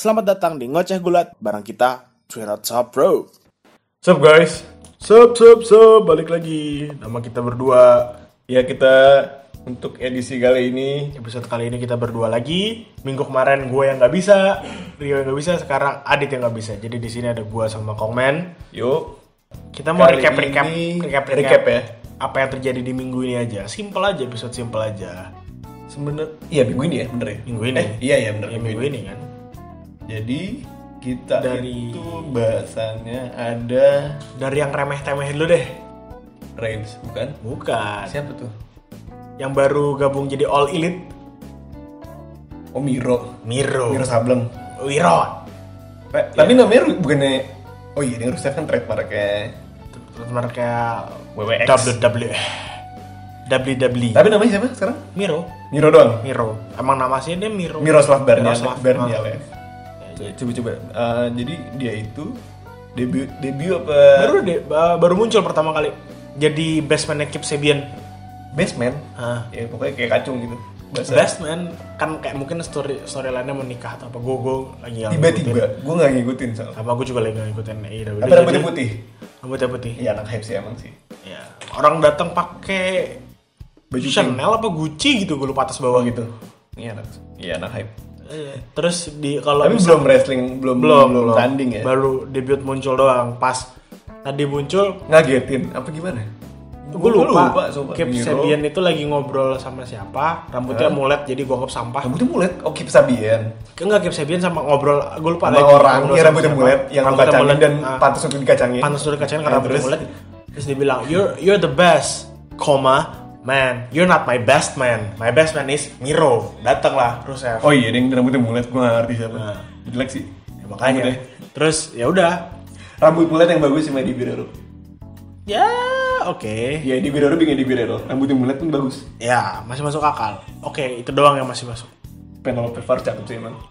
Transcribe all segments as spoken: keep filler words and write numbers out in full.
Selamat datang di Ngoceh Gulat bareng kita, Twirot Top Bro. Sup guys, sup sup sup, balik lagi. Nama kita berdua. Ya kita untuk edisi kali ini, episode kali ini kita berdua lagi. Minggu kemarin gue yang nggak bisa, Rio yang nggak bisa, sekarang Adit yang nggak bisa. Jadi di sini ada gue sama Kongman. Yuk, kita mau kali recap recap, ini- recap recap recap ya. Apa yang terjadi di minggu ini aja. Simple aja, episode simple aja. sebenarnya iya minggu ini ya bener ya. Minggu ini. Eh, iya ya bener Ya, minggu ini kan. Jadi kita Dari- itu bahasannya ada Dari yang remeh-temeh dulu deh. Reigns bukan? Bukan. Siapa tuh? Yang baru gabung jadi All Elite, Oh Miro. Miro. Miro Sableng. Wiro. Re- Tapi namanya Ru- bukannya oh iya, dia Rusev kan trademarknya Terus mereka W W X. W W E W W E Tapi namanya siapa sekarang? Miro. Miro doang. Miro. Emang nama aslinya dia Miro. Miroslav Barnial. Miroslav. Barnial Ah. ya. Coba-coba. Eh, jadi dia itu debut debut apa? Baru deh, ba- baru muncul pertama kali. Jadi best man Kip Sabian. Basement. Hah. Ya pokoknya kayak kacung gitu. Bahasa- Best man kan kayak mungkin story storyline-nya menikah atau apa. Gue gue lagi nggak Tiba-tiba, ngikutin. gue gak ngikutin soalnya. Sama gue juga lagi nggak ngikutin A E W. Apa rambutnya Jadi- putih? Rambutnya putih. Iya anak hype sih emang sih. Ya. Orang datang pakai Baju Chanel apa Gucci gitu, gue lupa atas bawah gitu. Iya anak, iya anak hype. Eh, Terus di kalau Tapi misal- belum wrestling, belum belum belum belum tanding ya. Baru debut muncul doang. Pas tadi muncul, Ngagetin apa gimana? gue lupa. sumpah. Kip Miro. Sabian itu lagi ngobrol sama siapa, rambutnya Hah? mulet jadi gue anggap sampah. Rambutnya mulet, oh Kip Sabian. Enggak, Kip Sabian sama ngobrol, gue lupa Sama lagi orang, ngobrol iya sama rambutnya siapa. mulet, yang Rambutnya kacangin mulet, dan ah, pantas untuk dikacangin. pantas untuk dikacangin Nah, karena rambutnya terus? mulet. Terus dia bilang, you're you're the best, koma man, you're not my best man, my best man is Miro. Datanglah Rusev. Oh iya, dia yang rambutnya mulet, gue gak ngerti siapa. Nah. Jelek sih. Ya, makanya. Rambutnya. Terus ya udah, Rambut mulet yang bagus sama Eddie Guerrero. ya oke. Iya, Eddie Guerrero bikin Eddie Guerrero. Rambutnya mulet pun bagus. Ya, masih masuk akal. Oke, itu doang yang masih masuk. Penelope Ford cakep sih emang.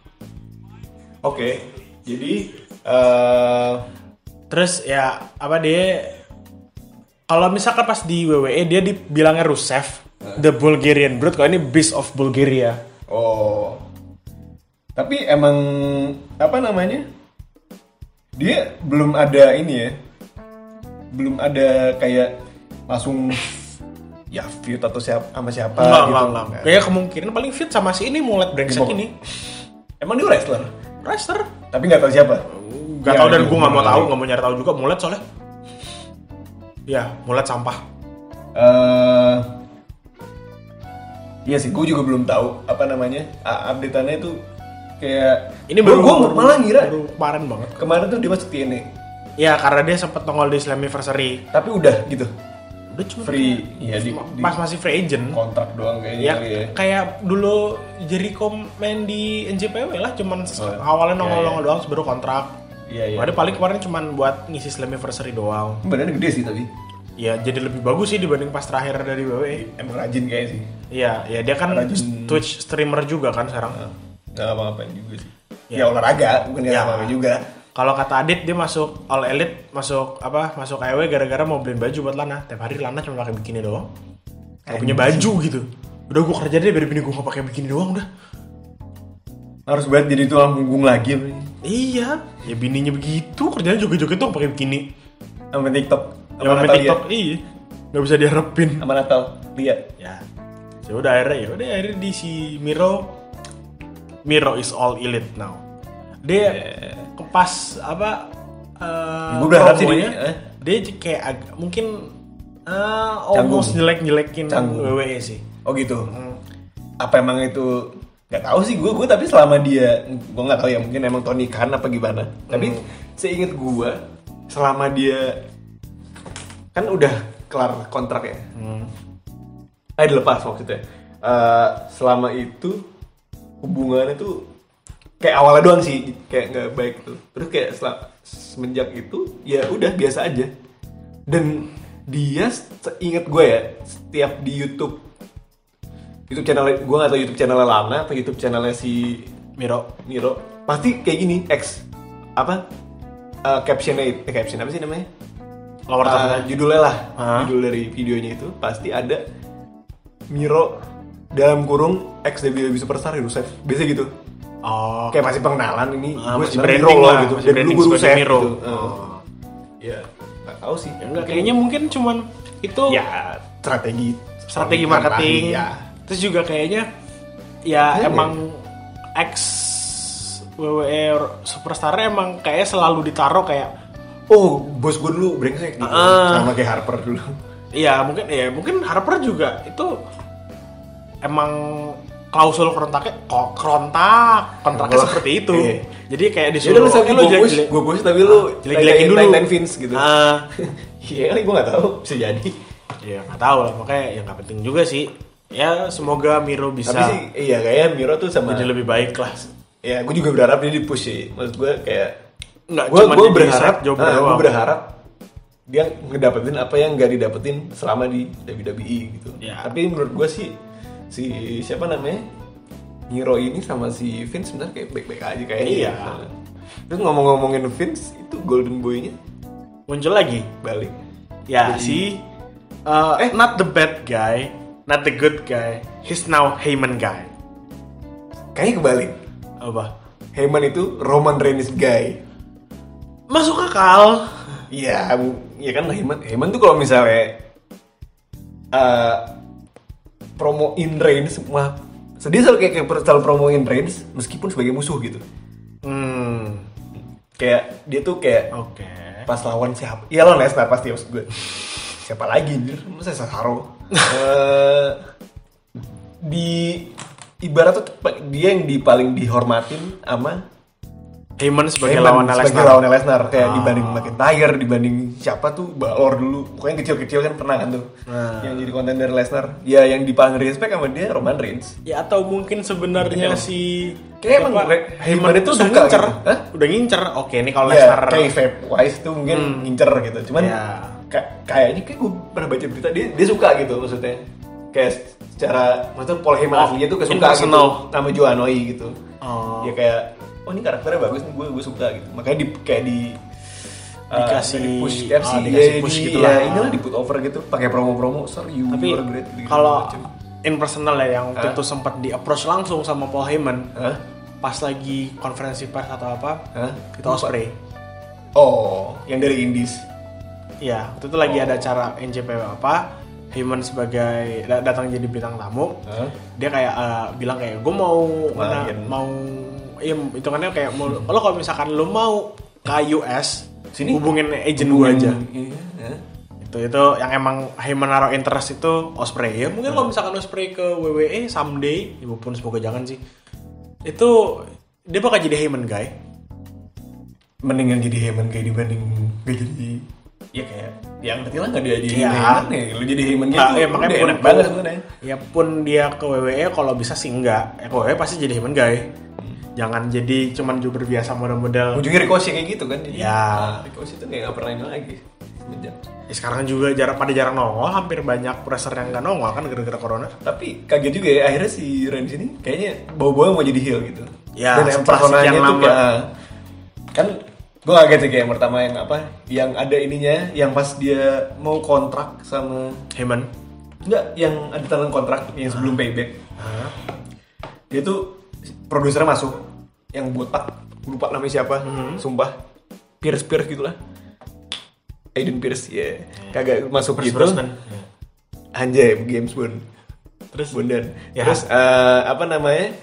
Oke, jadi eh Terus ya apa dia kalau misalkan pas di W W E dia dibilangnya Rusev, the Bulgarian Brute, kalau ini Beast of Bulgaria. oh. Tapi emang apa namanya? Dia belum ada ini ya. Belum ada kayak langsung ya fit atau siapa sama siapa Enggak, gitu. enggak, enggak. Kayak kemungkinan paling fit sama si ini mulet brengsek Gimana? ini. Emang dia wrestler, Wrestler. tapi nggak tahu siapa. Gak Ya, tau dan dia gue gak mau belum tahu, tahu. gak mau nyari tahu juga mulet soalnya. Ya, mulet sampah. Eh, iya sih, gue juga belum tahu apa namanya. Uh, update-annya itu kayak Ini baru gue baru- malah ngira baru kemarin banget. kemarin tuh dia masuk T N A. Ya, karena dia sempat nongol di Slammiversary. Tapi udah gitu. Udah cuma Free, iya di, cuma- di pas masih free agent. kontrak doang kayaknya Ya, kali ya. kayak dulu Jericho main di N J P W lah, cuman Oh, awalnya iya, nongol-nongol iya. doang sebelum kontrak. Iya iya. Padahal paling kemarin cuman buat ngisi Slammiversary doang. Badannya gede sih tapi. Ya jadi lebih bagus sih dibanding pas terakhir dari W W E. Emang rajin kayaknya sih. Iya, ya dia kan Rajin. Twitch streamer juga kan sekarang. Nggak ngapa-ngapain juga sih. Ya. Ya, olahraga, bukan Ya. ya. ngapa juga. Kalau kata Adit dia masuk All Elite, masuk apa? Masuk A E W gara-gara mau beliin baju buat Lana. Tiap hari Lana cuma pakai bikini doang. Gak punya baju gitu. Udah gue kerja deh biar bini gue gak pakai bikini doang udah. Harus banget jadi tulang punggung lagi apa ini? Iya, ya bininya begitu, kerjanya joget-joget tuh pakai bikini. Sama TikTok. Ya main TikTok, iya. Gak bisa diharapin. Sama Natal. Lihat. Ya. Ya udah akhirnya ya udah akhirnya di si Miro Miro is all elite now. Dia kepas apa eh Gua berharap sih promonya, dia, eh. dia kayak agak mungkin eh Canggung. almost jelek-jelekin Canggung. W W E sih. Oh gitu. Hmm. Apa emang itu nggak tahu sih gue gue tapi selama dia gue nggak tahu ya mungkin emang Tony Khan apa gimana. Tapi seingat gue selama dia kan udah kelar kontrak ya. Hmm. Eh dilepas maksudnya. Eh, selama itu hubungannya tuh kayak awalnya doang sih kayak nggak baik tuh. Terus kayak setelah semenjak itu ya udah biasa aja. Dan dia seingat gue ya setiap di YouTube YouTube channel gue nggak tahu YouTube channel Lana atau YouTube channelnya si Miro. Miro pasti kayak gini X apa uh, captionnya itu eh, caption apa sih namanya Lower Uh, uh, judulnya lah Hah? judul dari videonya itu pasti ada Miro dalam kurung ex W W E Superstar Rusev biasa gitu Oh, Kayak masih pengenalan ini, Ah, gue masih sebenarnya branding Miro lah, gitu. masih Dari branding dulu gue sebagai Rusev Miro. gitu. Oh. Ya, nggak tahu sih. Ya enggak, kayaknya mungkin cuman itu Ya strategi strategi marketing. Ya. Terus juga kayaknya ya Kayaknya. emang ex W W E superstar emang kayak selalu ditaruh kayak Oh, bos gue dulu brengsek gitu. Ah. Sama kayak Harper dulu. ya mungkin ya mungkin Harper juga itu emang klausul kontraknya kok kontrak kontraknya Oh, seperti itu. iya. Jadi kayak Ya udah disuruh lu sabi "Eh, gue jelek- bos, jelek." gue bos tapi lu jelek-jelekin dulu. Timeline Vince gitu. Ah, Iya kali gue nggak tahu, bisa jadi. ya nggak tahu lah, makanya ya nggak penting juga sih. Ya semoga Miro bisa Tapi sih iya kayaknya Miro tuh sama. jadi lebih baik lah. Ya gue juga berharap dia di push sih. Maksud gue kayak Nggak gue cuma gue jadi berharap, set jobber ah, gue doang. berharap dia ngedapetin apa yang nggak didapetin selama di W W E gitu. Ya. Tapi menurut gue sih si siapa namanya Miro ini sama si Vince sebenarnya kayak baik-baik aja kayaknya. Iya. Terus ngomong-ngomongin Vince itu Golden Boy-nya Muncul lagi. balik. Ya Jadi- si uh, eh not the bad guy, not the good guy. He's now Heyman guy. Kayaknya kebalik. Apa? Heyman itu Roman Reigns guy. Masuk akal. Iya, ya kan Heyman. Heyman tuh kalau misalnya uh, promoin Reigns semua, sedih selalu kayak, kayak selalu promoin Reigns meskipun sebagai musuh gitu. Hmm. Kayak dia tuh kayak Oke. pas lawan siapa? Iya lawan Lesnar pasti maksud gue. Siapa lagi anjir? Masa Cesaro? Eh, di ibarat tuh dia yang di paling dihormatin sama Heyman sebagai Heyman lawan sebagai Lesnar. lawan Lesnar kayak Ah. dibanding McIntyre, dibanding siapa tuh Balor dulu. Pokoknya kecil-kecil kan pernah kan tuh. Nah. Yang jadi kontender Lesnar. Ya yang di paling respect sama dia Roman Reigns. Ya atau mungkin sebenarnya Mungkin si Kayak emang apa, Re- Heyman Heyman itu itu udah suka ngincer. gitu. Hah? Udah ngincer. Oke, ini kalau Ya, Lesnar kayak vape wise tuh mungkin Hmm. ngincer gitu. Cuman Ya. ka- kayaknya kayak gue pernah baca berita dia dia suka gitu maksudnya. Kayak secara maksudnya Paul Heyman Oh, aslinya tuh kesuka impersonal. gitu sama Joe Hanoi gitu. Oh. Ya kayak oh ini karakternya bagus nih gue gue suka gitu. Makanya di kayak di uh, Dikasih- di push oh, F C dikasih ya, push di- gitu ya, lah. inilah di put over gitu pakai promo-promo sorry you Tapi are great gitu, kalau macam. in personal ya yang waktu Hah? itu sempat di approach langsung sama Paul Heyman Hah? pas lagi konferensi pers atau apa Hah? itu Osprey. Oh, yang dari Indies. Iya, waktu itu lagi Oh. ada acara N J P W apa Heyman sebagai da- datang jadi bintang tamu. Hah? Dia kayak eh, bilang kayak gue mau mana, Main. mau iya hitungannya kayak mau kalau kalau misalkan lo mau ke U S Sini. hubungin agent gue aja. Iya, hah? Itu itu yang emang Heyman naruh interest itu Osprey ya. Mungkin kalau misalkan Osprey ke W W E someday, ya walaupun semoga jangan sih. Itu dia bakal jadi Heyman guy. Mendingan jadi Heyman kayak dibanding gak jadi ya kayak yang ngerti lah nggak dia jadi Iya. Heyman ya lu jadi Heyman Nah, gitu ya, makanya udah pun, enak banget sebenarnya. Ya pun dia ke W W E kalau bisa sih enggak. Ya ke W W E pasti jadi Heyman guy. Jangan jadi cuman jubir biasa model-model. Ujungnya Ricochet kayak gitu kan jadi Ya. nah, Ricochet tuh kayak nggak pernah ini lagi semenjak. Ya, sekarang juga jarang pada jarang nongol, hampir banyak wrestler yang nggak nongol kan gara-gara corona. Tapi kaget juga ya akhirnya si Reigns ini kayaknya bawa-bawa mau jadi heel gitu. Ya, Dan yang setelah personanya sekian tuh lama. kayak kan gue kaget sih kayak yang pertama yang apa yang ada ininya yang pas dia mau kontrak sama Heyman. enggak yang ada tanda kontrak yang sebelum payback Hah? dia tuh produsernya masuk yang botak lupa namanya siapa sumpah Pierce Pierce gitulah Aiden Pierce ya kagak masuk Pierce gitu Brosnan. anjay James Bond Terus Bondan Ya. terus eh, apa namanya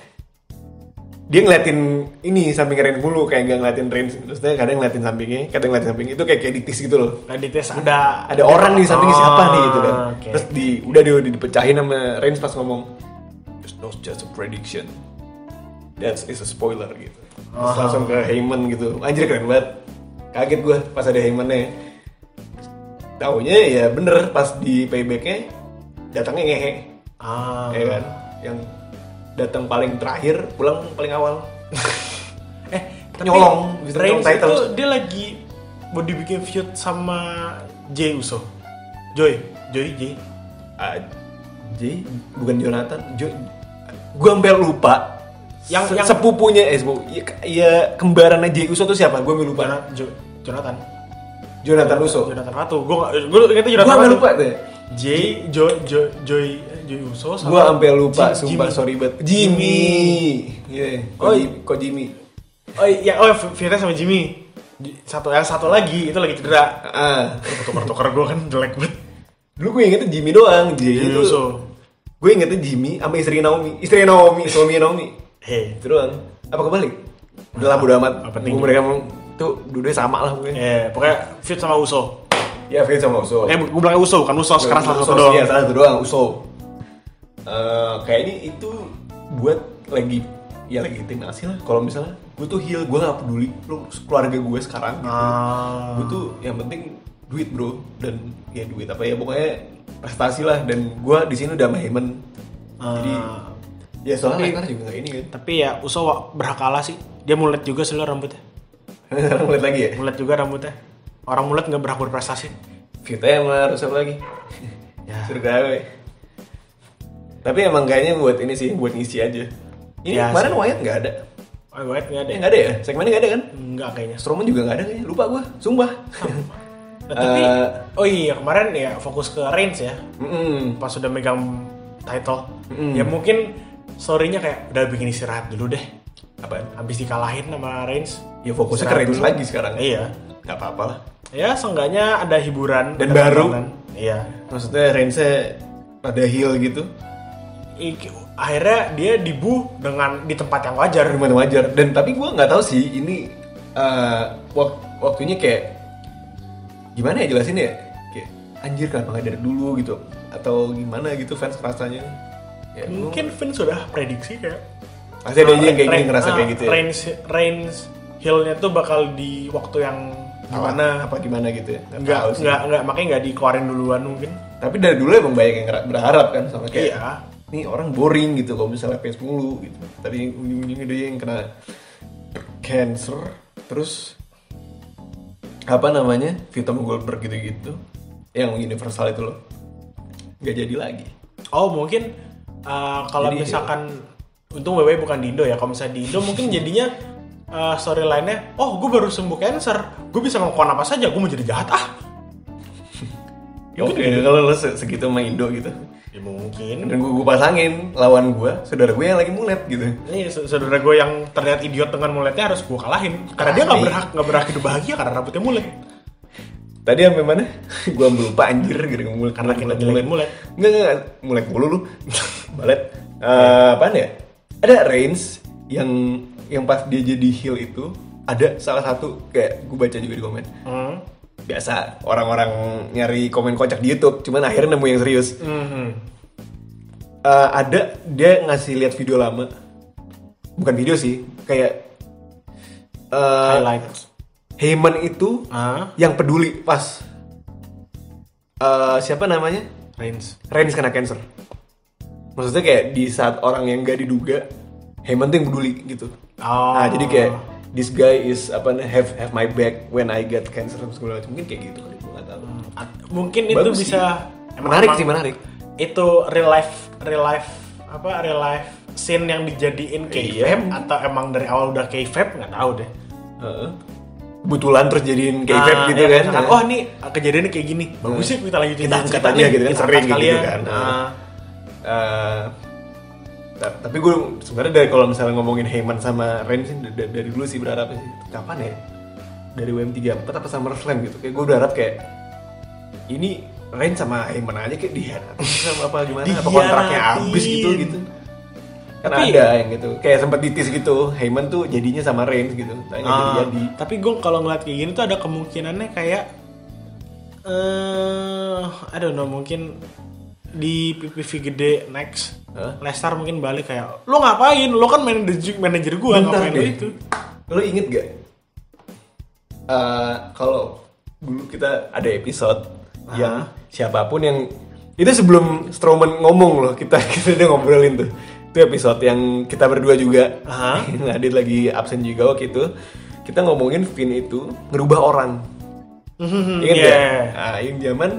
dia ngeliatin ini samping Reigns mulu kayak nggak ngeliatin Reigns terusnya kadang ngeliatin sampingnya kadang ngeliatin sampingnya itu kayak kayak ditis gitu loh Kadites ada ada orang di sampingnya siapa nih gitu kan oke. terus di udah dia udah dipecahin sama Reigns pas ngomong it's not just a prediction that is a spoiler gitu terus Oh. langsung ke Heyman gitu anjir keren banget kaget gue pas ada Heyman-nya taunya ya bener pas di paybacknya datangnya ngehe Ah. ya kan yang datang paling terakhir pulang paling awal Eh, tapi Nyolong, bisa Reigns nyolong title. itu dia lagi mau dibikin feud sama Jey Uso. Joy, Joy, Jey. Ah, J bukan Jonathan Jo gue hampir lupa Yang- Se- yang- sepupunya eh sepupu ya, ya kembarannya Jey Uso tuh siapa gue lupa Jona- Jo- Jonathan. Jonathan Uso Jonathan Ratu. Gue nggak, gue ingetnya gue Jonathan hampir Ratu. lupa deh Jey, Jo, Jo, Joy, Jey Uso sama Gua sampai lupa, Jim- sumpah Jimmy. sorry banget. Jimmy. Iya. Yeah. Oh, Koji- kok Jimmy? Oh iya, oh Vita sama Jimmy. J- Satu yang satu lagi itu lagi cedera. Ah. Tukar-tukar gue kan jelek banget. Dulu gue ingetnya Jimmy doang. Jey Jey itu. Uso. Gue ingetnya Jimmy sama istri Naomi. Istri Naomi, suami Naomi. Hei. Itu doang. Apa kebalik? Udah lah bodo amat. Apa penting? Gue mereka tuh dua-duanya sama lah pokoknya. Eh, pokoknya Fit sama Uso. Ya, Fit sama Uso. Eh, gue bilang Uso, kan Uso sekarang salah satu Uso, doang. Iya, salah satu doang, Uso. Uh, kayaknya itu buat lagi ya legitimasi lah. Kalau misalnya gue tuh heal, gue gak peduli lu keluarga gue sekarang gitu. Ah. Gue tuh yang penting duit bro, dan ya duit apa ya pokoknya prestasi lah. Dan gue di sini udah sama Heyman. Ah. Jadi ya soalnya Tapi- Lesnar juga gak ini kan. Tapi ya Uso berhak kalah sih. Dia mulet juga sih lo rambutnya. Sekarang lihat lagi ya. Mulet juga rambutnya. Orang mulet nggak berhak berprestasi. Vita sama harus apa lagi? Ya. Suruh gawe. Tapi emang kayaknya buat ini sih, buat ngisi aja. Ini Ya, kemarin sih. Wyatt nggak ada. Oh, Wyatt nggak ada. Eh nggak ada ya? Segmennya nggak ada kan? Enggak kayaknya. Strowman juga nggak ada kayaknya. Lupa gue, sumpah. Nah, tapi Eh, oh iya kemarin ya fokus ke Reigns ya. Mm-mm. Pas sudah megang title. Mm-mm. Ya mungkin story-nya kayak udah bikin istirahat dulu deh. Apaan? Habis dikalahin sama Reigns. Ya fokusnya ke Istirahat Reigns dulu. lagi sekarang. Iya. Nggak apa-apa lah. Ya seenggaknya ada hiburan Dan ada baru. tontonan. Iya. Maksudnya Reigns-nya rada heel gitu. I- akhirnya dia dibu dengan di tempat yang wajar. Gimana wajar. Dan tapi gue nggak tahu sih ini eh, wak- waktunya kayak gimana ya jelasin ya? Kayak anjir kenapa nggak dari dulu gitu? Atau gimana gitu fans rasanya? Ya, gua- Mungkin Vince sudah prediksi kayak pasti ada aja yang kayak gini Reigns- ngerasa ah, kayak gitu ya. Reigns Reigns heel-nya tuh bakal di waktu yang gimana? Apa, apa gimana gitu ya? Nggak Enggak, tahu sih. enggak, enggak, makanya enggak dikeluarin duluan mungkin. Tapi dari dulu emang banyak yang ngera- berharap kan sama kayak Iya. nih orang boring gitu kalau misalnya fans mulu gitu. Tadi ujung-ujungnya dia yang kena cancer, terus apa namanya Vita sama Goldberg gitu-gitu, yang universal itu loh, nggak jadi lagi. Oh mungkin uh, kalau Jadi, misalkan untung W W E bukan di Indo ya. Kalau misalnya di Indo mungkin jadinya uh, storyline-nya, oh gue baru sembuh cancer, gue bisa melakukan apa saja, gue mau jadi jahat ah. Ya, Oke, kalau lo se- segitu sama Indo gitu, Ya mungkin. dan gue, gue pasangin lawan gue, saudara gue yang lagi mulet gitu. Ini saudara gue yang terlihat idiot dengan muletnya harus gue kalahin karena dia nggak Kali. berhak nggak berhak hidup bahagia karena rambutnya mulet. Tadi sampai mana? gue ambil lupa anjir gitu mulet Karena kita jelekin mulet. Enggak, enggak, mulet mulu lu. Balet. Eh, apaan ya? Ada Reigns yang yang pas dia jadi heel itu ada salah satu kayak gue baca juga di komen. Hmm. Biasa orang-orang nyari komen kocak di YouTube, cuman akhirnya nemu yang serius. Mhm. Eh, ada dia ngasih lihat video lama. Bukan video sih, kayak eh, Highlights. Heyman itu Ah, yang peduli pas eh, siapa namanya? Reigns. Reigns kena cancer. Maksudnya kayak di saat orang yang gak diduga, Heyman tuh yang peduli gitu. Oh. Nah jadi kayak this guy is apa nih have have my back when I get cancer segala macam, mungkin kayak gitu kali, gue nggak tahu. At- mungkin itu Bagus sih. bisa Menarik emang sih, menarik. Itu real life real life apa real life scene yang dijadiin kayfabe Iya. atau emang dari awal udah kayfabe nggak tahu deh. Heeh. Kebetulan terus jadiin kayfabe Ah, gitu ya, kan. misalkan, oh ini kejadiannya kayak gini, bagus sih kita lanjutin Kita cerita angkat aja nih, gitu kan, kita sering angkat gitu sekalian. kan. Ah. Eh, ta- tapi gue sebenarnya dari kalau misalnya ngomongin Heyman sama Reigns sih dari, dari dulu sih berharap sih kapan ya dari W M tiga puluh empat apa SummerSlam gitu, kayak gue berharap kayak ini Reigns sama Heyman aja kayak dihianatin sama apa gimana, apa kontraknya habis gitu gitu. Kan Tapi- ada yang gitu, kayak sempet ditis gitu, Heyman tuh jadinya sama Reigns gitu, tapi nggak Ah, jadi-jadi. tapi gue kalau ngeliat kayak gini tuh ada kemungkinannya kayak eh I don't know, mungkin di P P V gede next Hah? Lesnar mungkin balik kayak lo ngapain, lo kan manajer manajer gue, Bentar ngapain lo deh. itu. Lo inget gak? Eh, kalau dulu kita ada episode Ah. yang siapapun yang itu sebelum Strowman ngomong loh, kita kita udah ngobrolin tuh. Itu episode yang kita berdua juga. Aha. Nadit lagi absen juga waktu itu. Kita ngomongin Finn itu ngerubah orang. Ingat Yeah. gak? Nah, yang zaman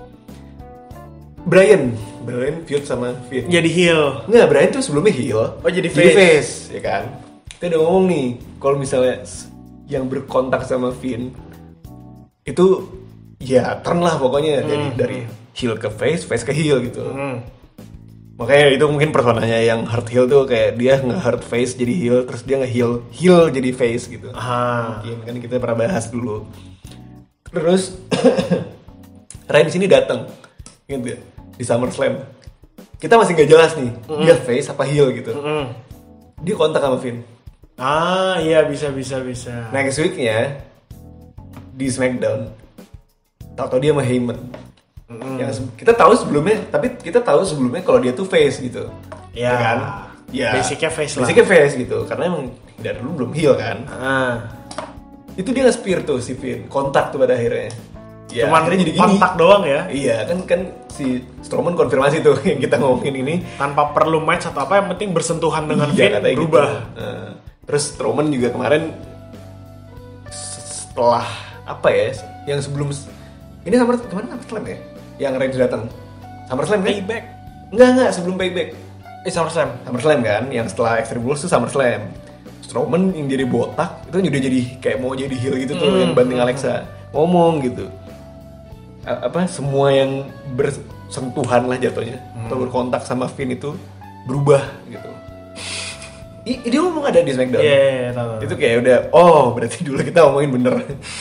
Brian, Brian feud sama Finn. Jadi heel. Nggak, Brian tuh sebelumnya heel. Oh, jadi face. ya kan? Kita udah ngomong nih, kalau misalnya s- yang berkontak sama Finn itu ya turn lah pokoknya dari Hmm. dari heel ke face, face ke heel gitu. Hmm. Makanya itu mungkin personanya yang hard heel tuh kayak dia nge-hard face jadi heel, terus dia nge-heel heel jadi face gitu. Ah. Mungkin kan kita pernah bahas dulu. Terus Reigns ini datang gitu di SummerSlam. Kita masih nggak jelas nih mm. dia face apa heel gitu. Mm. Dia kontak sama Finn. Ah iya bisa bisa bisa. Next weeknya di SmackDown, tau-tau dia sama Heyman. Mm. Yang kita tahu sebelumnya, tapi kita tahu sebelumnya kalau dia tuh face gitu. Ya, ya kan? Ya. Basicnya face lah. Basicnya face gitu, karena emang dari dulu belum heel kan. Ah. Itu dia nge-spear tuh si Finn, kontak tuh pada akhirnya. Ya, cuman akhirnya jadi gini. kontak doang ya. Iya, kan kan si Strowman konfirmasi tuh yang kita ngomongin ini. Tanpa perlu match atau apa, yang penting bersentuhan dengan iya, Finn berubah. Gitu. Uh, terus Strowman juga kemarin setelah apa ya? Yang sebelum ini sama kemana SummerSlam ya? Yang Reigns datang. SummerSlam kan? Payback. Enggak enggak sebelum Payback. Eh SummerSlam. SummerSlam kan, yang setelah Extreme Rules tuh SummerSlam. Strowman yang jadi botak itu udah jadi kayak mau jadi heel gitu tuh, mm. yang banting Alexa ngomong gitu. A- apa semua yang bersentuhan lah jatuhnya mm. atau berkontak sama Finn itu berubah gitu. I- dia ngomong ada di SmackDown. Iya, yeah, yeah, tahu. Itu kayak udah, oh berarti dulu kita ngomongin bener.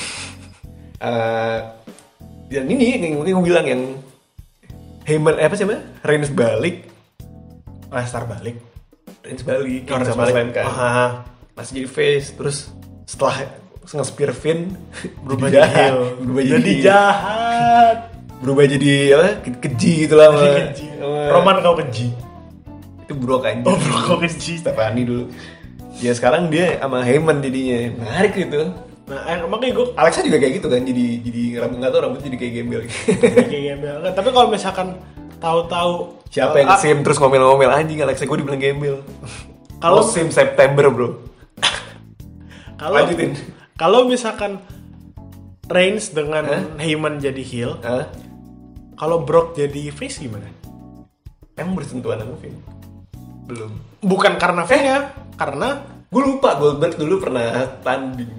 uh, dan ini yang mungkin gue bilang yang Heyman eh, apa sih namanya? Reigns balik, Lesnar balik. Reigns balik, Oh, yang Reigns sama balik. Slam kan. Aha. Masih jadi face, terus setelah nge-spear Finn Berubah jadi heel. berubah jadi, Jadi jahat. berubah jadi apa? ke- Keji gitu lah sama, Keji. sama- Roman kau keji. itu Brock anjing. Oh, Brock kau keji. Stephanie dulu. Ya sekarang dia sama Heyman jadinya menarik gitu. Nah, eh, makanya gue Alexa juga kayak gitu kan, jadi jadi rambut nggak tahu rambut jadi kayak gembel. kayak gembel. Nggak, tapi kalau misalkan tahu-tahu Siapa uh, yang sim terus ngomel-ngomel anjing Alexa gue dibilang gembel. Kalau- Kalau sim September bro. kalau Lanjutin. kalau misalkan Reigns dengan Hah? Heyman jadi heel, Hah? kalau Brock jadi face gimana? Emang bersentuhan sama Finn? Belum. Bukan karena Finn-nya, karena Gue lupa Goldberg dulu pernah tanding.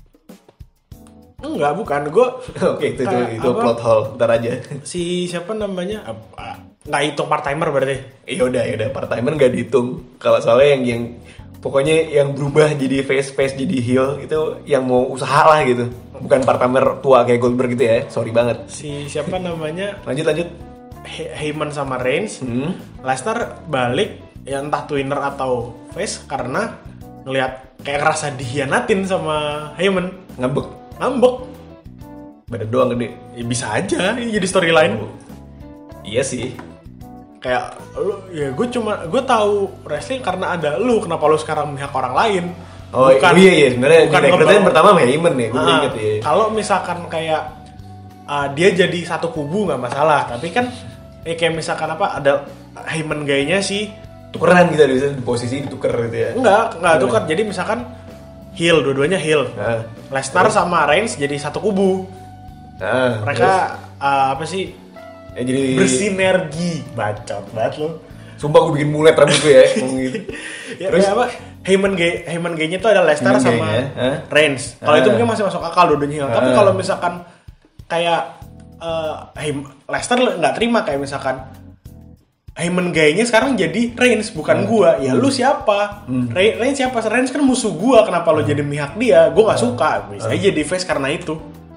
enggak, bukan. Gue Oke itu itu, Kayak itu apa? plot hole ntar aja. si siapa namanya? Apa? Nggak hitung part timer berarti. Ya udah ya udah part timer nggak dihitung. Kalau soalnya yang yang pokoknya yang berubah jadi face face jadi heel itu yang mau usaha lah gitu. Bukan part timer tua kayak Goldberg gitu ya. Sorry banget. Si siapa namanya? Lanjut lanjut. He- Heyman sama Reigns. Hmm. Lesnar balik ya entah twinner atau face karena ngelihat kayak ngerasa dihianatin sama Heyman. Ngambek. Ngambek. Badan doang gede. Ya bisa aja ini jadi storyline. Iya sih. Kayak lu ya gue cuma gue tahu wrestling karena ada lu, kenapa lu sekarang memihak orang lain? Oh, oh iya iya sebenarnya bukan direkrutnya ngebawa- pertama sama Heyman ya, gue Ah, inget ya. Kalau misalkan kayak ah, dia jadi satu kubu nggak masalah, tapi kan eh, kayak misalkan apa ada Heyman gayanya sih Tukeran gitu di di posisi dituker gitu ya. enggak enggak tuh kan, jadi misalkan heel, dua-duanya heel. Nah, Lesnar sama Reigns jadi satu kubu. nah, Mereka ah, apa sih ya jadi bersinergi, bacot banget lo. sumpah gue bikin mulet rambut gue ya ngomong gitu. Ya, Terus kayak apa? Heyman Gay, Heyman Gay-nya tuh ada Lesnar Heyman sama Gay-nya, hah? Reigns. Kalau Ah. itu mungkin masih masuk akal dua-duanya heel. Tapi Ah. kalau misalkan kayak eh Hey- Lesnar nggak terima kayak misalkan Heyman Gay-nya sekarang jadi Reigns bukan gua. Ya lu siapa? Re- Reigns siapa? Reigns kan musuh gua. Kenapa lu jadi mihak dia? Gua nggak suka. Bisa aja jadi face karena itu.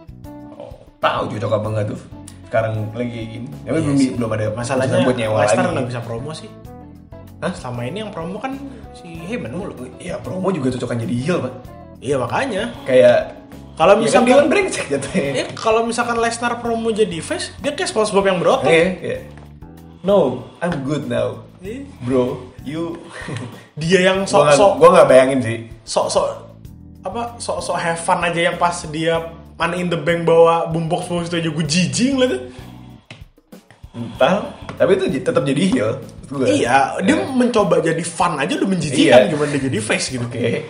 Tahu cocok apa enggak tuh sekarang lagi gini. Tapi belum sih. belum ada Masalahnya buat nyewa Lesnar lagi. nggak bisa promo sih. Hah? Selama ini yang promo kan si Heyman mulu. Ya promo juga cocokan jadi heel pak. Iya makanya. Kayak Kalau ya kan misalkan dia kan brengsek jatuhnya. Eh, kalau misalkan Lesnar promo jadi face, dia kayak SpongeBob yang berotot. Kayak kayak no, I'm good now, Eh, bro. You Dia yang gua nggak sok-sok gua nggak bayangin sih. sok-sok apa sok-sok have fun aja yang pas dia Money in the Bank bawa boombox boombox itu aja gue jijing lah tuh. Entah, tapi itu j- tetap jadi heel. menurut gua. Iya, dia Ya. mencoba jadi fun aja udah menjijikkan Iya. gimana dia jadi face gitu. Oke.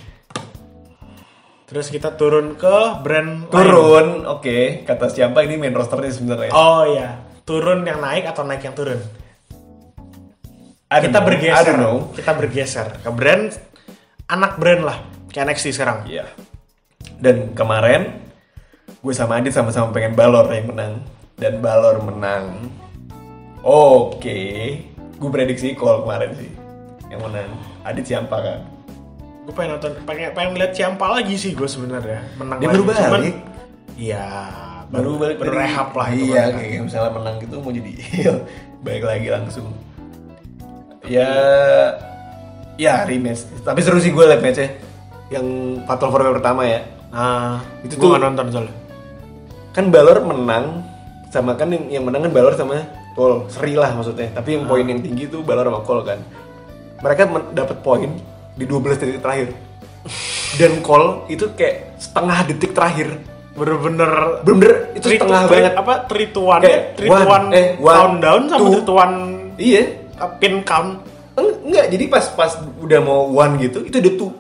Terus kita turun ke brand lain. Turun, oke. Kata siapa ini main rosternya sebenarnya? Oh iya, turun yang naik atau naik yang turun? I don't Kita know. I bergeser. don't know. Kita bergeser ke brand anak brand lah, kayak N X T sekarang. Iya. Dan kemarin gue sama Adit sama-sama pengen Balor yang menang dan Balor menang. Oke, gue gue prediksi Cole kemarin sih yang menang. Adit Ciampa kan. Gue pengen nonton, pengen pengen lihat Ciampa lagi sih gue sebenarnya. Menang Dia lagi. baru balik. Cuman, iya, Baru balik baru dari- rehab lah itu Iya, kan. kayak misalnya menang gitu mau jadi balik lagi langsung. Ya, ya rematch. Tapi seru sih gue liat matchnya. Yang Fatal four way pertama ya. Nah, Itu itu tuh- gue nggak nonton soalnya. Kan Balor menang sama kan yang, yang menang kan Balor sama Cole, seri lah maksudnya. Tapi yang poin yang tinggi tuh Balor sama Cole kan. Mereka men- dapat poin di dua belas detik terakhir. Dan Cole itu kayak setengah detik terakhir. Bener-bener Bener-bener itu Tri- setengah tri- banget. apa trituan Kayak trituan one, eh, one, countdown sama two. trituan Iya. pin count. Eng- Enggak, jadi pas pas udah mau one gitu, itu udah tuh.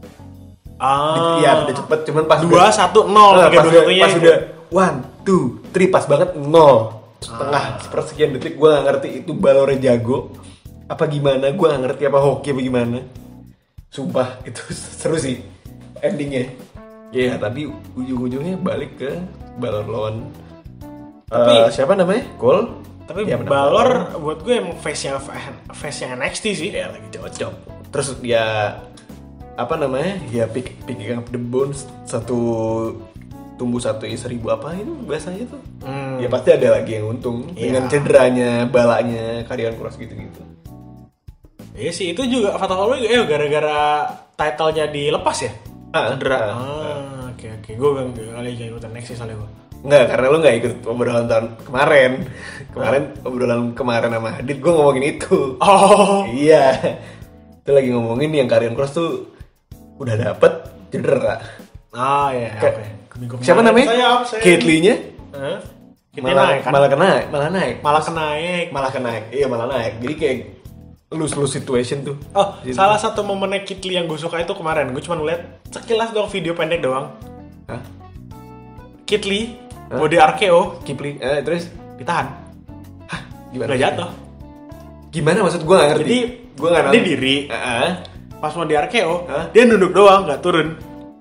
Ah, Iya, udah cepet. Cuman pas dua udah- satu nol Nah, tiga pas, dua udah, satunya pas itu. udah one, two, three, pas banget nol. Setengah Ah. sepersekian detik gue gak ngerti itu Balornya jago apa gimana, gue gak ngerti apa hoki apa gimana. Sumpah itu seru sih endingnya. Iya, tapi ujung-ujungnya balik ke Balor lawan Tapi- eh, siapa namanya? Cole. Tapi Ya, benar. Balor buat gue emang face-nya face-nya N X T sih. Ya lagi cocok. Terus dia apa namanya? Ya pick picking up the bones, satu tumbuh satu i seribu apa itu bahasanya tuh. Hmm. Ya pasti ada lagi yang untung Iya. dengan cederanya, balanya, Karrion Cross gitu-gitu. Iya sih, itu juga Fatal four way eh gara-gara title-nya dilepas ya? Ah, Cedera. ah, Ah, oke oke. Gue gak kali aja ikutan N X T soalnya gue. Enggak, karena lu gak ikut obrolan tahun kemarin. Kemarin obrolan kemarin sama Adit gue ngomongin itu. Oh. Iya. Itu lagi ngomongin yang Karrion Cross tuh udah dapet cedera. Ah iya. Kayak- Oke. Minggu Siapa kemarin namanya? saya absen. Kate Lee-nya Hah? Kita malah, naik kan? malah kena, malah naik. Malah kenaik. Malah kena. Iya, malah naik. Jadi kayak lose-lose situation tuh. Oh, Gitu. salah satu momennya Kit Lee yang gue suka itu kemarin. Gue cuma ngeliat sekilas doang video pendek doang. Hah? Kit Lee, Hah? body R K O, Kipli. Eh, terus ditahan. hah, gimana? Gak jatuh. Gimana maksud gue gak ngerti. Jadi, gue gak dia diri. Heeh. Pas mau di R K O, Hah? dia nunduk doang, gak turun.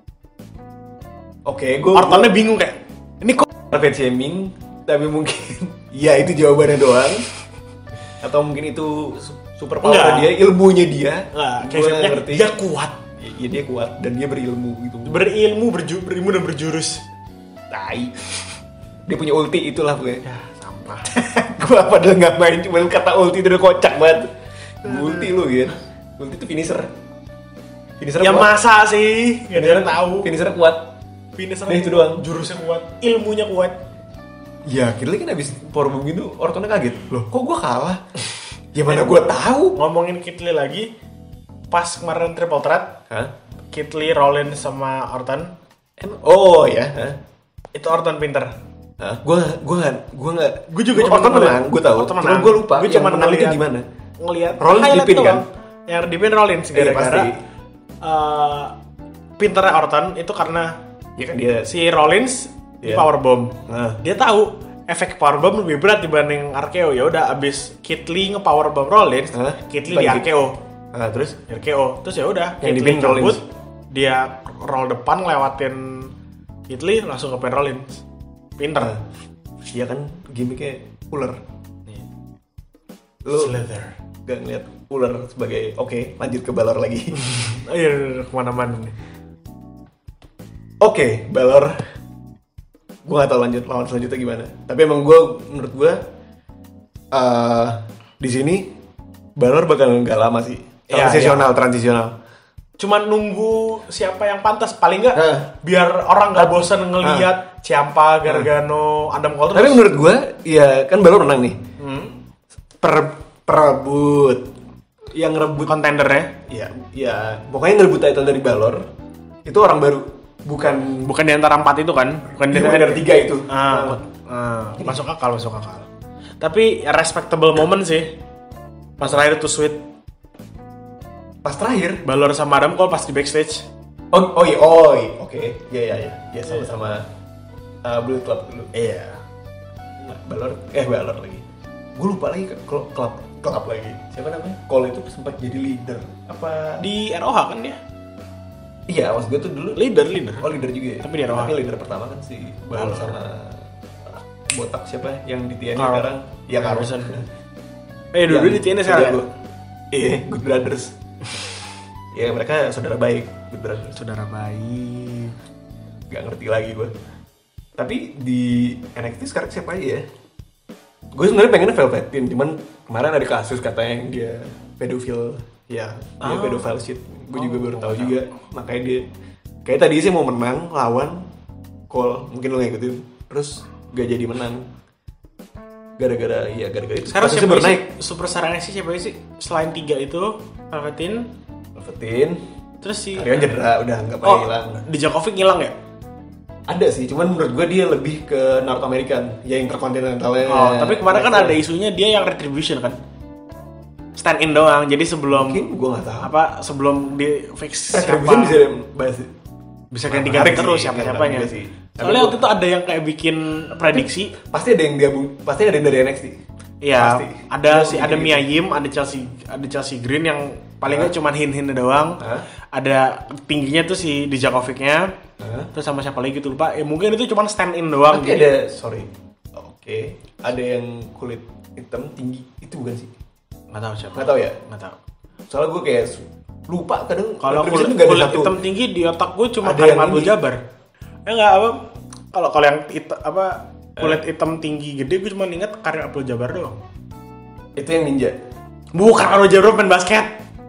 Oke, gue Ortonnya bingung kayak, ini kok fat shaming, tapi mungkin ya itu jawabannya doang. Atau mungkin itu su- super power Enggak. dia, ilmunya dia. nggak? Gue Konsepnya nggak ngerti. dia kuat, Ya dia kuat dan dia berilmu gitu. berilmu, berju, berilmu dan berjurus. Tai. Dia punya ulti itulah gue. Ya, sampah. Gue padahal nggak main, cuman kata ulti udah kocak banget. Ulti lu ya. Ulti itu finisher. Finisher Ya kuat. masa sih? Gak ada yang tahu. Finisher kuat. Finisher Nah, itu doang. Jurusnya kuat, ilmunya kuat. Ya, kira kan abis powerbomb gitu, Ortonnya kaget. Loh, kok gue kalah? Ya mana gue tahu. Ngomongin Kit Lee lagi, pas kemarin triple threat, Hah? Kit Lee, Rollins sama Orton, Emang? Oh ya. Hah? itu Orton pinter. Hah? Gue gue nggak gue nggak. Gue juga Gua- cuma Orton ngeliat- menang, gue tahu. Orton Cuma menang. gue lupa. Gue yang cuma menang itu ngeliat- gimana? Ngelihat Rollins highlight dipin, doang. kan? Yang dipin Rollins Iya, gara-gara pasti. eh, pinternya Orton itu karena Ya kan dia. si Rollins di Iya. powerbomb. Nah. Dia tahu efek powerbomb lebih berat dibanding R K O. Ya udah abis Kit Lee nge-powerbomb Rollins, Hah? Kit Lee di R Balik. K O. Nah, terus? R K O. Terus ya udah, Yang Kit dipin Lee cabut, Rollins. dia roll depan lewatin Kit Lee langsung ke pin Rollins. Pinter. Nah. Iya kan gimmicknya ular. Nih. Lu Slither. gak ngeliat ular sebagai oke, lanjut ke Balor lagi. Oh iya, kemana-mana nih. Oke, Balor. Gue gak tau lanjut lawan selanjutnya gimana. Tapi emang gue menurut gue eh di sini Balor bakal nggak lama sih. Iya, Transisional, transisional. Cuman nunggu siapa yang pantas paling nggak Nah. biar orang nggak bosan ngelihat Ciampa, Gargano, Adam Cole terus. Tapi menurut gue, ya kan Balor menang nih. Hmm, Per perebut yang ngerebut kontendernya ya ya pokoknya ngerebut title dari Balor itu orang baru, bukan bukan di antara empat itu kan? Bukan di bukan antara dari tiga itu. Ah, ah, masuk akal, masuk akal. Tapi respectable moment sih. Pas terakhir tuh sweet Pas terakhir. Balor sama Adam Cole pas di backstage. Oh, oh iya, oh iya, oke, ya ya ya, ya sama-sama uh, Bullet Club dulu. Iya. Balor, eh Balor lagi. Gue lupa lagi ke klub, klub, klub lagi. Siapa namanya? Cole itu sempat jadi leader. Apa? Di R O H kan dia? Iya, maksud gue tuh dulu. Leader, leader. Oh leader juga ya. Tapi di R O H. Tapi leader pertama kan si Balor Balor. sama botak siapa yang di T N A Carl. sekarang? Ya Carl. Harrison. Eh, dulu di T N S sekarang. Iya, yeah, Good Brothers. Ya mereka saudara baik, Good Brothers. Saudara baik. Gak ngerti lagi gue. Tapi di N X T sekarang siapa aja ya? Gue sebenarnya pengennya Velveteen, cuman kemarin ada kasus katanya yang dia pedofil, ya dia Oh. pedofile shit. Gue juga Oh, baru tahu tahu. juga, makanya dia kayak tadi sih mau menang lawan Cole, mungkin lo ngikutin, terus gak jadi menang. Gara-gara ya gara-gara itu. Sekarang Kasusnya siapa baru sih? naik. Superstar N X T siapa sih? Selain tiga itu, Velveteen, Velveteen, terus si Karyon cedera, udah nggak pada Oh, hilang. Djokovic ngilang ya? Ada sih, cuman menurut gue dia lebih ke North American, ya interkontinentalnya. Oh, tapi kemarin kan ada isunya dia yang retribution kan? Stand in doang. Jadi sebelum Mungkin gue nggak tahu. apa sebelum di fix siapa Retribution bisa bahas. bisa Nah, ganti-ganti menarik terus sih, siapa-siapanya. menarik sih. Tapi Soalnya gua- waktu itu ada yang kayak bikin prediksi. Pasti ada yang gabung, pasti ada yang dari N X T. Iya, Pasti. ada Gua si bikin ada gitu. Mia Yim, ada Chelsea, ada Chelsea Green yang paling nggak Hah? cuma hin-hin doang. Hah? Ada tingginya tuh si Djokovic-nya. Hah? Terus sama siapa lagi gitu lupa. Ya mungkin itu cuma stand in doang. Tapi Jadi- ada, sorry, oke, ada yang kulit hitam tinggi, itu bukan sih? nggak tahu siapa. Nggak tahu ya? Nggak tahu. Soalnya gue kayak su- lupa kadang. Kalau retribution kulit, tuh nggak ada kulit satu. hitam tinggi di otak gue cuma Ada Karim yang Abdul ini. Jabbar. Ya nggak apa. Kalau kalau yang hit- apa kulit hitam tinggi gede gue cuma ingat Karim Abdul Jabbar doang. Itu yang ninja. Bukan Abdul Jabbar main basket.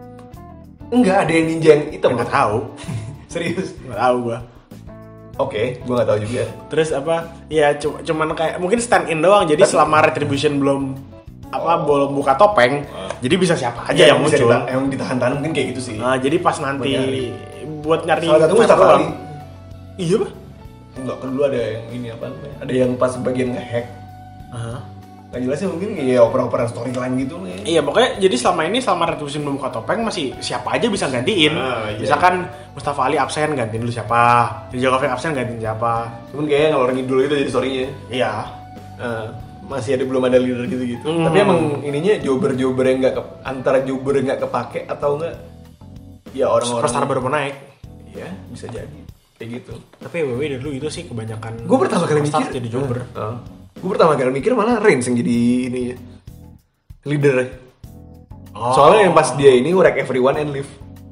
Enggak, ada yang ninja yang hitam. Nggak tahu. Serius? Nggak tahu gue. Oke, gue nggak tahu juga. Terus apa? Ya cu- cuman kayak mungkin stand in doang. Jadi selama retribution belum apa belum buka topeng, jadi bisa siapa aja yang bisa muncul. ditahan- yang ditahan-tahan mungkin kayak gitu sih. Nah, jadi pas nanti Buat nyari. buat nyari Salah satu Mustafa doang. Ali. Iya bah. Enggak, kan dulu ada yang ini apa namanya? Ada yang pas bagian nge-hack. Nggak jelasnya mungkin ya oper-operan storyline gitu nih. Iya pokoknya jadi selama ini selama retribution belum buka topeng masih siapa aja bisa gantiin. Ah, iya. Misalkan Mustafa Ali absen gantiin dulu siapa, Djokovic absen gantiin siapa. Cuman kayaknya kalau orang ngidul itu jadi storynya. Iya. Nah, masih ada belum ada leader gitu-gitu. Hmm. Tapi emang ininya jobber-jobber yang nggak ke- antara jobber yang nggak kepake atau enggak ya orang-orang Superstar baru mau naik. ya bisa jadi kayak gitu. Tapi W W E dari dulu itu sih kebanyakan. Gue pertama kali superstar mikir jadi jobber. Gue pertama kali mikir malah Reigns yang jadi ini ya, leader. Oh. Soalnya yang pas dia ini work everyone and leave.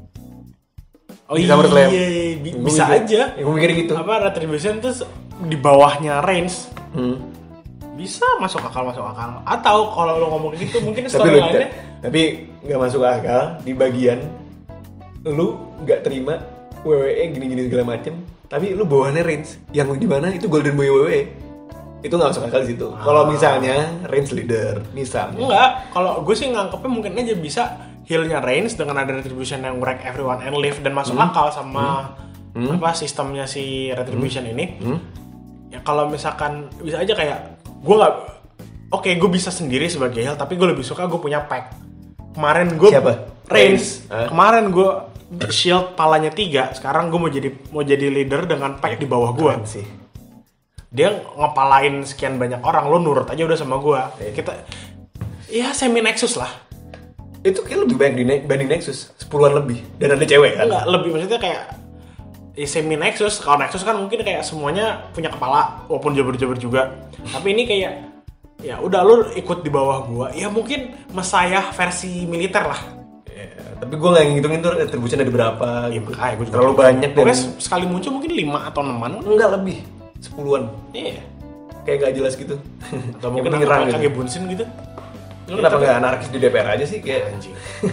Oh di iya, SummerSlam. bi- Gua bisa mikir- aja. Ya, gue mikir gitu. Apa retribution terus di bawahnya Reigns Hmm. bisa masuk akal masuk akal. Atau kalau lo ngomong gitu mungkin Tapi lu storyline-nya tapi nggak masuk akal di bagian lu nggak terima W W E gini-gini segala macem. Tapi lu bawahannya Reigns yang di mana itu Golden Boy W W E. Itu nggak masuk akal di situ. Kalau misalnya Reigns leader, misalnya. enggak, kalau gue sih nganggepnya mungkin aja bisa heal-nya Reigns dengan ada retribution yang break everyone and live dan masuk akal sama apa sistemnya si retribution ini. Ya kalau misalkan bisa aja kayak gue nggak, oke gue bisa sendiri sebagai heel tapi gue lebih suka gue punya pack. Kemarin gue Siapa? Reigns. Hah? Kemarin gue shield palanya tiga. Sekarang gue mau jadi mau jadi leader dengan pack di bawah gue. Keren sih. Dia ngepalain sekian banyak orang, lo nurut aja udah sama gue. Kita ya semi nexus lah. Itu kayak lebih banyak dibanding Nexus, sepuluhan lebih. Dan ada cewek kan? Enggak, lebih maksudnya kayak ya semi nexus. Kalau nexus kan mungkin kayak semuanya punya kepala walaupun jobber-jobber juga. Tapi ini kayak ya udah lo ikut di bawah gua. Ya mungkin Messiah versi militer lah. Ya, tapi gue nggak ngitungin tuh retribution ada berapa Ya, gitu. makanya gua juga Terlalu gitu. banyak dan Pokoknya sekali muncul mungkin lima atau enaman. enggak lebih, sepuluhan. Iya. Kayak nggak jelas gitu. Atau mungkin Yang menyerang kayak gitu. kayak Bunsin gitu. Lu kenapa nggak anarkis di D P R aja sih kayak Anjing.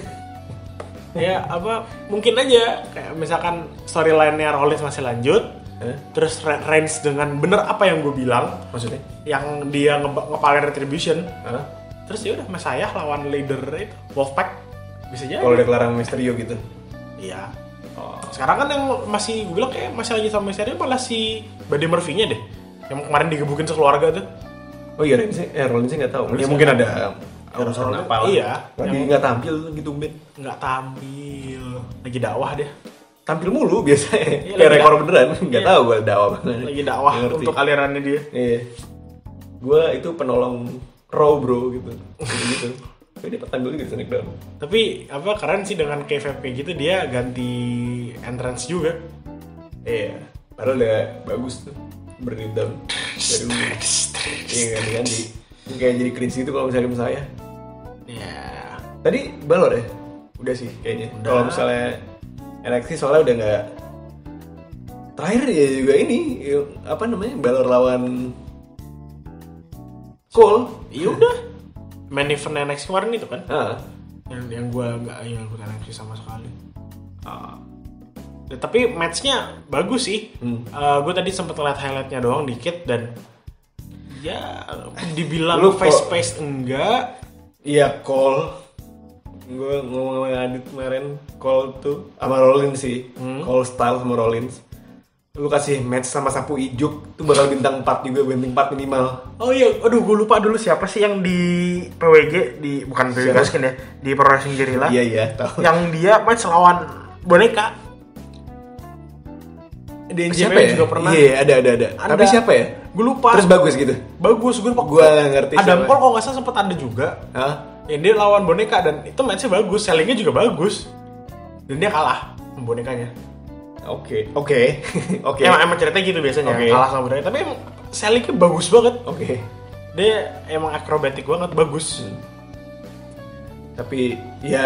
Ya apa mungkin aja kayak misalkan storyline-nya Rollins masih lanjut. Eh? Terus Re- Reigns dengan bener apa yang gue bilang, maksudnya? yang dia nge- ngepalin retribution. Hah? Terus ya udah Messiah lawan leader itu Wolfpack bisa jadi. Kalau deklarasi Mysterio gitu. Iya. Sekarang kan yang masih gue bilang kayak masih lagi sama Mysterio malah si Buddy Murphy-nya deh. Yang kemarin digebukin sekeluarga tuh. Oh iya, Reigns, eh Rollins nggak tahu. Ya Rollins mungkin nggak ada urusan Rollins- apa lah. iya. Lagi Yang- nggak tampil gitu Ben. Nggak tampil, lagi dakwah dia. Tampil mulu biasanya. Iya, Kayak lagi rekor dak- beneran. Nggak iya. tahu gue dakwah banget. Lagi dakwah Nggak ngerti. untuk alirannya dia. Iya. Gue itu penolong Raw bro gitu. Gitu. Tapi dia tampil juga di SmackDown. Tapi apa keren sih dengan K V P gitu dia ganti entrance juga. Iya. Padahal udah bagus tuh. Bring it down. Dari dulu. Iya ganti-ganti. Kayak jadi cringe gitu kalau misalnya saya. Ya. Tadi Balor ya? Udah sih kayaknya. Kalau misalnya N X T soalnya udah nggak. Terakhir ya juga ini apa namanya Balor lawan Cole. Iya udah. Main event N X T kemarin itu kan? Ah. Yang yang gue nggak yang ikut N X T sama sekali. Uh, ya, tapi matchnya bagus sih. Hmm. Uh, gue tadi sempat ngeliat highlightnya doang dikit dan ya dibilang face face enggak. Iya Cole. Gue ngomong sama Adit kemarin Cole tuh sama Rollins sih. Hmm. Cole Styles sama Rollins. Lu kasih match sama sapu ijuk tuh bakal bintang empat juga, bintang empat minimal. Oh iya, aduh gue lupa dulu siapa sih yang di P W G di bukan P W G Gaskin ya, di Pro Wrestling Guerrilla. Iya iya, tahu. Yang dia match lawan boneka. Di siapa ya? Juga pernah. Iya, ada ada ada. ada. Tapi siapa ya? Gue lupa. Terus bagus gitu. Bagus, gue lupa. Gue enggak ngerti. Adam Cole kalau enggak salah sempat ada juga. Hah? Yang dia lawan boneka dan itu matchnya bagus, sellingnya juga bagus. Dan dia kalah sama bonekanya. Oke, oke, oke. Emang emang ceritanya gitu biasanya, okay. Kalah sama boneka. Tapi emang sellingnya bagus banget. Oke. Okay. Dia emang akrobatik banget, bagus. Hmm. Tapi ya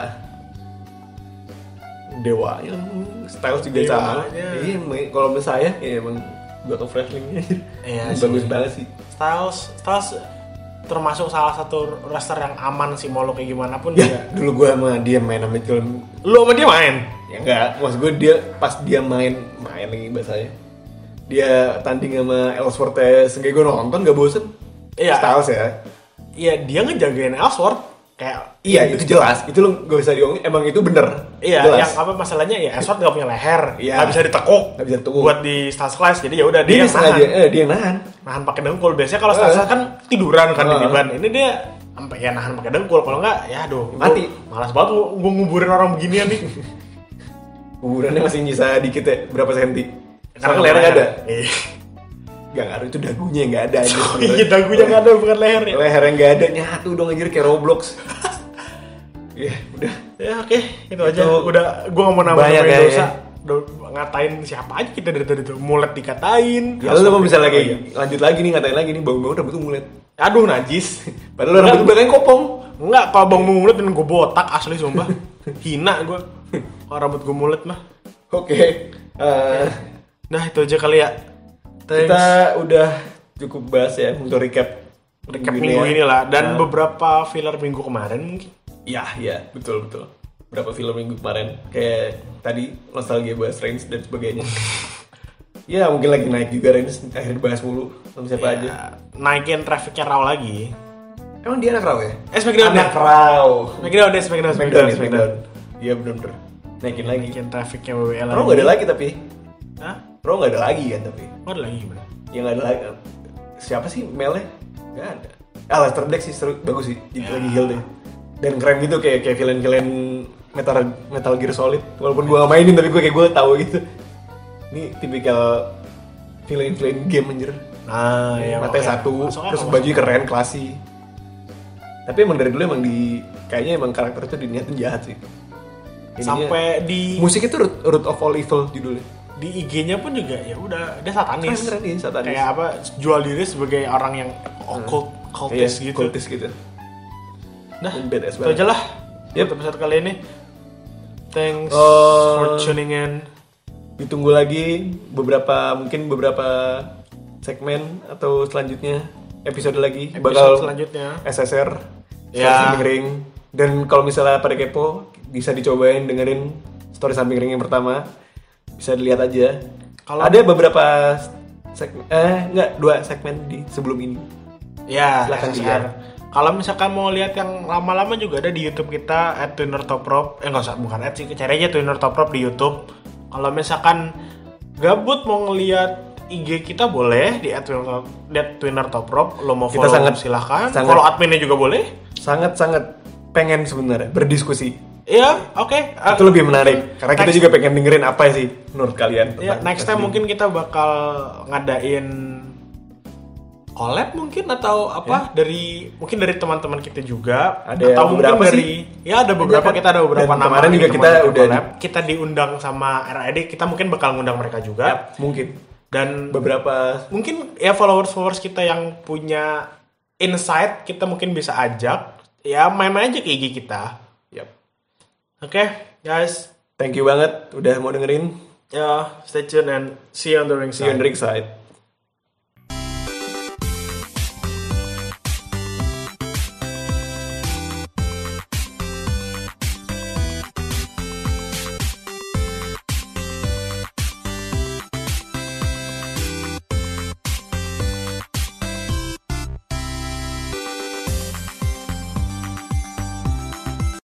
dewa yang Styles juga sama. Iya, kalau menurut saya ya emang God of Wrestling-nya iya, bagus banget sih. Styles, Styles termasuk salah satu wrestler yang aman sih, mau lo kayak gimana pun ya, dia. Dulu gue sama dia main sama film. Lu sama dia main? Ya enggak, maksud gue dia pas dia main main lagi bahasanya. Dia tanding sama Ellsworth seenggaknya gue nonton gak bosen. Iya. Styles ya. Iya, dia ngejagain Ellsworth kayak iya itu jelas, itu lo gak bisa diomongin, emang itu bener. Iya, jelas. Yang apa masalahnya ya Ellsworth gak punya leher, iya. Gak bisa ditekuk, gak bisa ditekuk. Buat di Styles Clash, jadi ya udah dia, dia, dia yang nahan. Eh, dia yang nahan. Nahan pakai dengkul. Biasanya kalau Styles uh. kan tiduran kan uh. di ban. Ini dia sampai ya nahan pakai dengkul. Kalau enggak ya aduh mati. Malas banget gue nguburin orang beginian nih. Kuburannya masih nyisa dikit ya, berapa senti? Karena lehernya gak ada. Gak ngaruh, itu dagunya yang gak ada aja. Oh iya, dagunya gak ada, bukan lehernya. Leher yang gak ada, nyatu dong aja kayak Roblox. Iya, udah. Ya oke, okay. itu, itu aja. Udah, gue gak mau nambah-nambahin ya, dosa. Ya. Ngatain siapa aja kita dari tadi tuh. Mulet dikatain. Ya lu mau bisa lagi, aja. Lanjut lagi nih, ngatain lagi nih. Bang-bang rambut tuh mulet. Aduh, najis. Padahal rambut belakangnya kopong. Enggak, kalau bang mulet dan gue botak asli sumpah. Hina gue. Kalau rambut gue mulet mah. Oke. Okay. Uh, nah, itu aja kali ya. Thanks. Kita udah cukup bahas ya untuk recap recap minggu, minggu ini lah dan nah. beberapa filler minggu kemarin mungkin. Ya, ya, betul betul. Berapa film minggu kemarin kayak tadi nostalgia bahas Reigns dan sebagainya. Ya, mungkin lagi naik juga Reigns, akhirnya bahas mulu sama siapa ya, aja. Naikin trafficnya Raw lagi. Emang dia anak Raw ya? Eh, Smackdown. Anak Raw. Smackdown deh, Smackdown, Smackdown, Smackdown. Iya benar-benar. Naikin lagi. Naikin trafficnya W W E lagi. Raw nggak ada lagi tapi. Hah? Raw nggak ada lagi kan tapi. Oh, ada lagi gimana? Yang nggak ada lagi. Siapa sih Mel-nya? Nggak ada. Aleister Black sih seru, bagus sih. Jadi ya. Lagi heel deh. Dan keren gitu kayak kayak villain-villain Metal Metal Gear Solid. Walaupun gue gak mainin tapi gue kayak gue tahu gitu. Ini tipikal villain-villain game anjir. Nah, ya matanya satu, terus bajunya keren, classy. Tapi emang dari dulu emang di kayaknya emang karakter itu diniatin jahat sih. Ininya, sampai di musik itu root, root of all evil judulnya. Di I G-nya pun juga ya udah dia satanis. Keren, keren, satanis. Kayak apa jual diri sebagai orang yang occult, hmm. cultist iya, gitu. Cultist gitu. Nah, itu aja lah. Yep. Untuk episode kali ini. Thanks uh, for tuning in. Ditunggu lagi beberapa mungkin beberapa segmen atau selanjutnya episode lagi episode bakal selanjutnya S S R ya. Samping Ring. Dan kalau misalnya pada kepo bisa dicobain dengerin story Samping Ring yang pertama. Bisa dilihat aja. Kalau ada beberapa segmen eh enggak dua segmen di sebelum ini. Ya, silakan dilihat. Kalau misalkan mau lihat yang lama-lama juga ada di YouTube kita at Twinner Top Rope. Eh nggak usah, bukan at sih, cari aja Twinner Top Rope di YouTube. Kalau misalkan gabut mau ngelihat I G kita boleh di at Twinner Top Rope. Lo mau follow sangat, silahkan. Follow adminnya juga boleh. Sangat-sangat pengen sebenarnya berdiskusi. Iya, oke. Okay. Uh, itu lebih menarik karena kita juga pengen dengerin apa sih menurut kalian. Iya, next time mungkin kita bakal ngadain collab mungkin atau apa ya. Dari mungkin dari teman-teman kita juga ada atau mungkin dari sih? Ya ada beberapa, kita ada beberapa nama kemarin juga kita udah collab. Kita diundang sama R A D, kita mungkin bakal ngundang mereka juga ya, mungkin dan beberapa mungkin ya followers-followers kita yang punya insight kita mungkin bisa ajak ya main aja ke I G kita. Yap. Oke, guys. Thank you banget udah mau dengerin. Ya, stay tune and see you on the ring See you on side. the ring side.